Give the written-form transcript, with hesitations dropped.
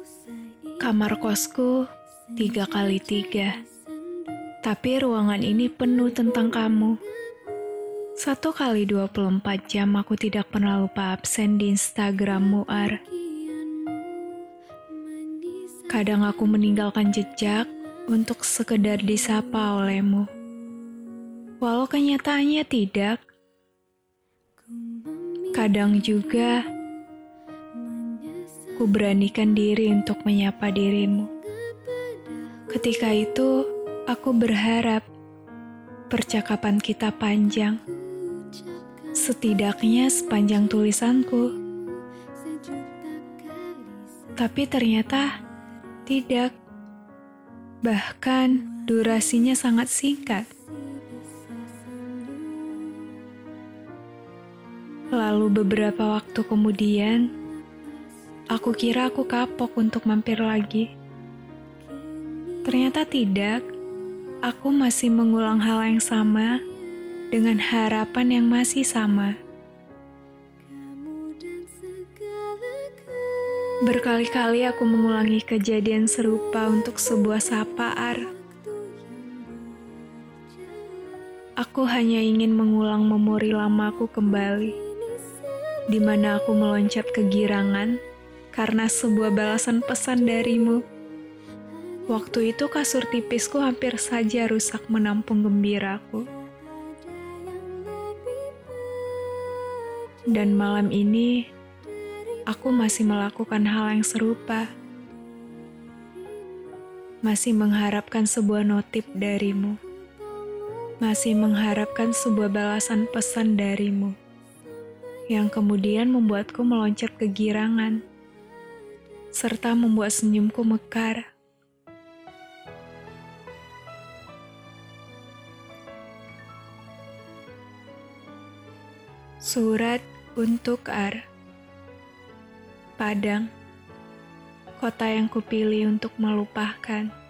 Kamar kosku 3x3, tapi ruangan ini penuh tentang kamu. 1x24 jam aku tidak pernah lupa absen di Instagrammu, Ar. Kadang aku meninggalkan jejak untuk sekedar disapa olehmu. Walau kenyataannya tidak. Kadang juga ku beranikan diri untuk menyapa dirimu. Ketika itu, aku berharap percakapan kita panjang. Setidaknya sepanjang tulisanku. Tapi ternyata tidak. Bahkan durasinya sangat singkat. Lalu beberapa waktu kemudian, aku kira aku kapok untuk mampir lagi. Ternyata tidak. Aku masih mengulang hal yang sama dengan harapan yang masih sama. Berkali-kali aku mengulangi kejadian serupa untuk sebuah sapa, Ar. Aku hanya ingin mengulang memori lamaku kembali, di mana aku meloncat kegirangan karena sebuah balasan pesan darimu. Waktu itu kasur tipisku hampir saja rusak menampung gembiraku. Dan malam ini, aku masih melakukan hal yang serupa. Masih mengharapkan sebuah notif darimu. Masih mengharapkan sebuah balasan pesan darimu. Yang kemudian membuatku meloncat kegirangan. Serta membuat senyumku mekar. Surat untuk Ar. Padang, kota yang kupilih untuk melupakan.